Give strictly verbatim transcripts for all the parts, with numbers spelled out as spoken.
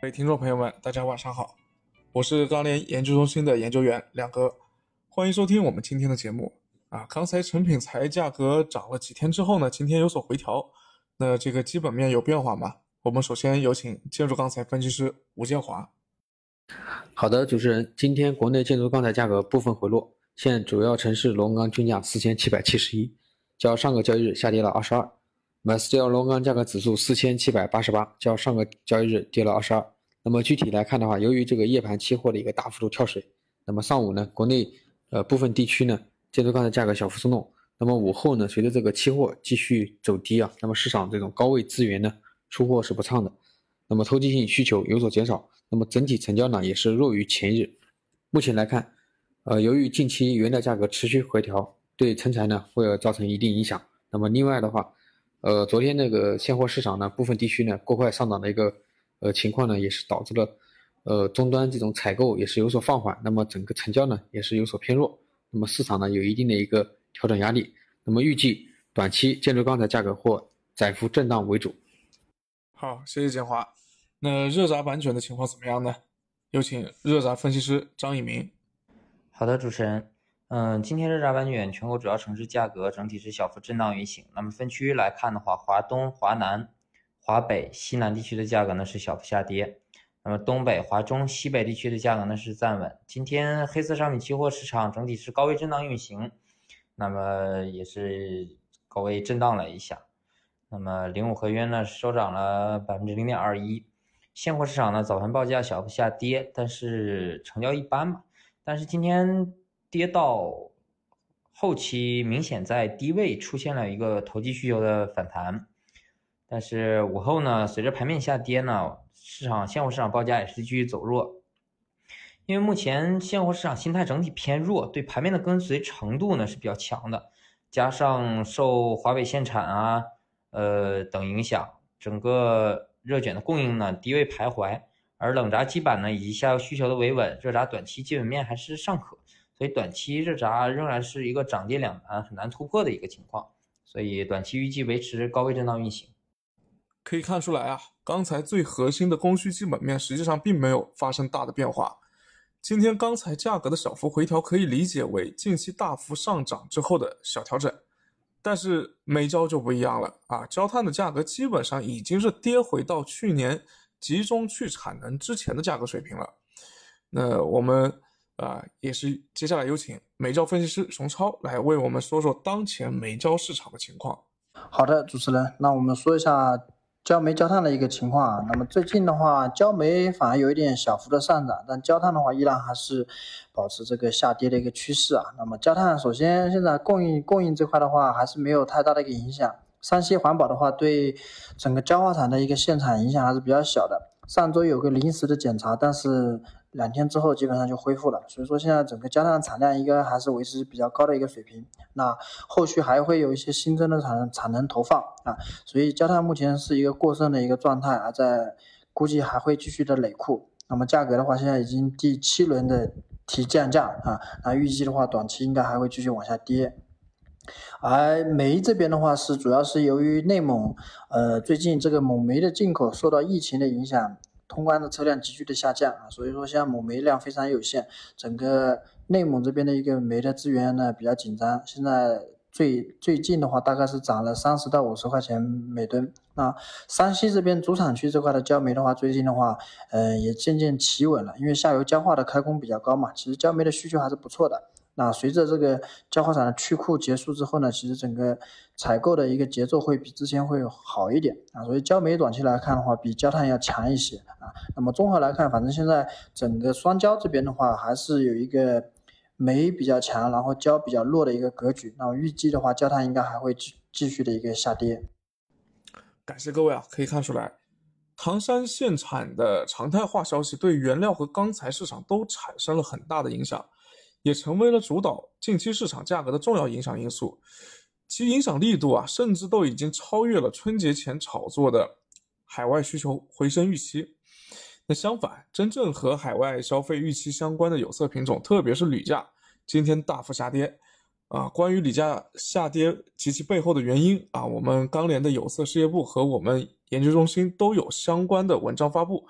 各位听众朋友们，大家晚上好，我是钢联研究中心的研究员亮哥，欢迎收听我们今天的节目。啊，刚才成品材价格涨了几天之后呢，今天有所回调，那这个基本面有变化吗？我们首先有请建筑钢材分析师吴建华。 好的，主持人，今天国内建筑钢材价格部分回落，现主要城市螺纹钢均价四千七百七十一，较上个交易日下跌了二十二。MySteel 螺纹钢价格指数四千七百八十八，较上个交易日跌了二十二。那么具体来看的话，由于这个夜盘期货的一个大幅度跳水，那么上午呢，国内呃部分地区呢建筑钢材价格小幅松动。那么午后呢，随着这个期货继续走低啊，那么市场这种高位资源呢出货是不畅的，那么投机性需求有所减少，那么整体成交呢也是弱于前一日。目前来看，呃，由于近期原料价格持续回调，对成材呢会造成一定影响。那么另外的话，呃，昨天那个现货市场呢，部分地区呢过快上涨的一个呃情况呢，也是导致了呃终端这种采购也是有所放缓，那么整个成交呢也是有所偏弱，那么市场呢有一定的一个调整压力。那么预计短期建筑钢材价格或窄幅震荡为主。 好，谢谢建华。那热轧板卷的情况怎么样呢？有请热轧分析师张一鸣。 好的，主持人。嗯，今天热轧板卷全国主要城市价格整体是小幅震荡运行。那么分区来看的话，华东、华南、华北、西南地区的价格呢是小幅下跌。那么东北、华中、西北地区的价格呢是站稳。今天黑色商品期货市场整体是高位震荡运行，那么也是高位震荡了一下。那么零五合约呢收涨了 百分之零点二一。现货市场呢早盘报价小幅下跌，但是成交一般嘛。但是今天跌到后期明显在低位出现了一个投机需求的反弹，但是午后呢，随着盘面下跌呢，市场现货市场报价也是继续走弱。因为目前现货市场心态整体偏弱，对盘面的跟随程度呢是比较强的，加上受华北限产啊呃等影响，整个热卷的供应呢低位徘徊，而冷轧基板呢以及下游需求的维稳，热轧短期基本面还是尚可，所以短期热轧仍然是一个涨跌两难很难突破的一个情况，所以短期预计维持高位震荡运行。 可以看出来啊，钢材最核心的供需基本面实际上并没有发生大的变化。今天钢材价格的小幅回调可以理解为近期大幅上涨之后的小调整，但是煤焦就不一样了啊，焦炭的价格基本上已经是跌回到去年集中去产能之前的价格水平了。那我们啊、呃、也是接下来有请煤焦分析师熊超来为我们说说当前煤焦市场的情况。 好的，主持人，那我们说一下焦煤焦炭的一个情况啊。那么最近的话，焦煤反而有一点小幅的上涨，但焦炭的话依然还是保持这个下跌的一个趋势啊。那么焦炭首先现在供应供应这块的话还是没有太大的一个影响。山西环保的话对整个焦化厂的一个限产影响还是比较小的。上周有个临时的检查，但是两天之后基本上就恢复了，所以说现在整个焦炭产量应该还是维持比较高的一个水平。那后续还会有一些新增的产产能投放啊，所以焦炭目前是一个过剩的一个状态啊，在估计还会继续的累库。那么价格的话，现在已经第七轮的提降价啊，那预计的话短期应该还会继续往下跌。而煤这边的话是主要是由于内蒙呃最近这个蒙煤的进口受到疫情的影响，通关的车辆急剧的下降啊，所以说现在蒙煤量非常有限，整个内蒙这边的一个煤的资源呢比较紧张，现在最最近的话大概是涨了三十到五十块钱每吨。那山西这边主产区这块的焦煤的话，最近的话呃也渐渐企稳了，因为下游焦化的开工比较高嘛，其实焦煤的需求还是不错的。那随着这个焦化厂的去库结束之后呢，其实整个采购的一个节奏会比之前会好一点啊，所以焦煤短期来看的话，比焦炭要强一些啊。那么综合来看，反正现在整个双焦这边的话，还是有一个煤比较强，然后焦比较弱的一个格局。那么预计的话，焦炭应该还会继继续的一个下跌。 感谢各位啊，可以看出来，唐山限产的常态化消息对原料和钢材市场都产生了很大的影响。也成为了主导近期市场价格的重要影响因素，其影响力度啊，甚至都已经超越了春节前炒作的海外需求回升预期。那相反，真正和海外消费预期相关的有色品种，特别是铝价，今天大幅下跌。啊，关于铝价下跌及其背后的原因啊，我们钢联的有色事业部和我们研究中心都有相关的文章发布，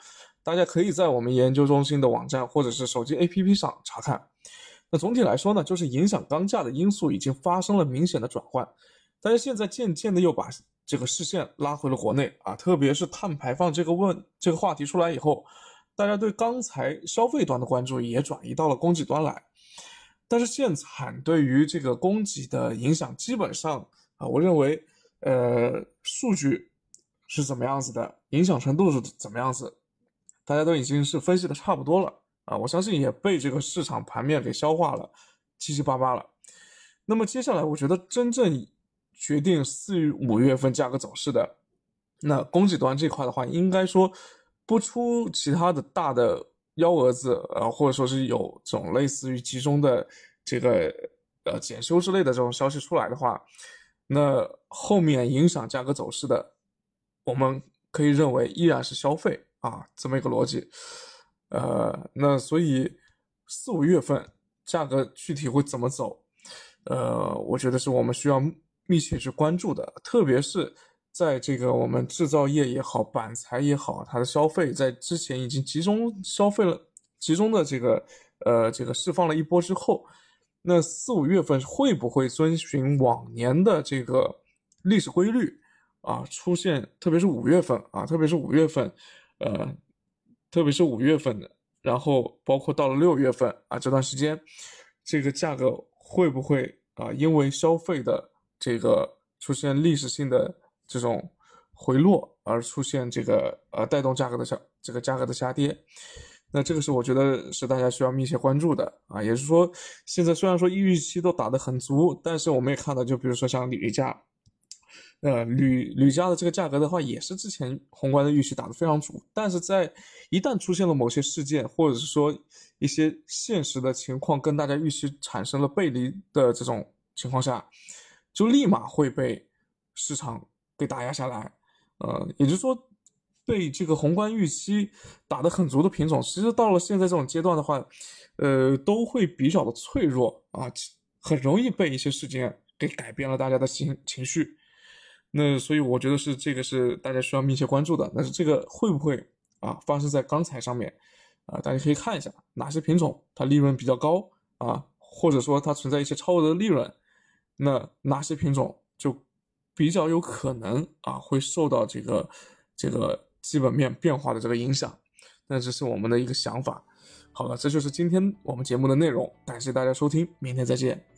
大家可以在我们研究中心的网站或者是手机 A P P 上查看。那总体来说呢，就是影响钢价的因素已经发生了明显的转换，但是现在渐渐的又把这个视线拉回了国内啊，特别是碳排放这个问这个话题出来以后，大家对钢材消费端的关注也转移到了供给端来。但是限产对于这个供给的影响，基本上啊，我认为，呃，数据是怎么样子的，影响程度是怎么样子，大家都已经是分析的差不多了啊，我相信也被这个市场盘面给消化了，七七八八了。那么接下来，我觉得真正决定四五月份价格走势的，那供给端这块的话，应该说不出其他的大的幺蛾子，呃，或者说是有这种类似于集中的这个呃检修之类的这种消息出来的话，那后面影响价格走势的，我们可以认为依然是消费啊，这么一个逻辑。呃，那所以四五月份价格具体会怎么走，呃，我觉得是我们需要密切去关注的，特别是在这个我们制造业也好，板材也好，它的消费在之前已经集中消费了，集中的这个呃这个释放了一波之后，那四五月份会不会遵循往年的这个历史规律啊，出现，特别是五月份啊，特别是五月份，呃，特别是五月份的，然后包括到了六月份啊这段时间，这个价格会不会啊因为消费的这个出现历史性的这种回落而出现这个呃带动价格的下这个价格的下跌，那这个是我觉得是大家需要密切关注的啊。也就是说，现在虽然说预期都打得很足，但是我们也看到，就比如说像铝价，呃铝铝价的这个价格的话，也是之前宏观的预期打得非常足，但是在一旦出现了某些事件，或者是说一些现实的情况跟大家预期产生了背离的这种情况下，就立马会被市场给打压下来。呃，也就是说，被这个宏观预期打得很足的品种，其实到了现在这种阶段的话，呃，都会比较的脆弱啊，很容易被一些事件给改变了大家的情情绪。那所以我觉得是这个是大家需要密切关注的。但是这个会不会啊发生在钢材上面啊？大家可以看一下哪些品种它利润比较高啊，或者说它存在一些超额的利润，那哪些品种就比较有可能啊会受到这个这个基本面变化的这个影响。那这是我们的一个想法。好了，这就是今天我们节目的内容，感谢大家收听，明天再见。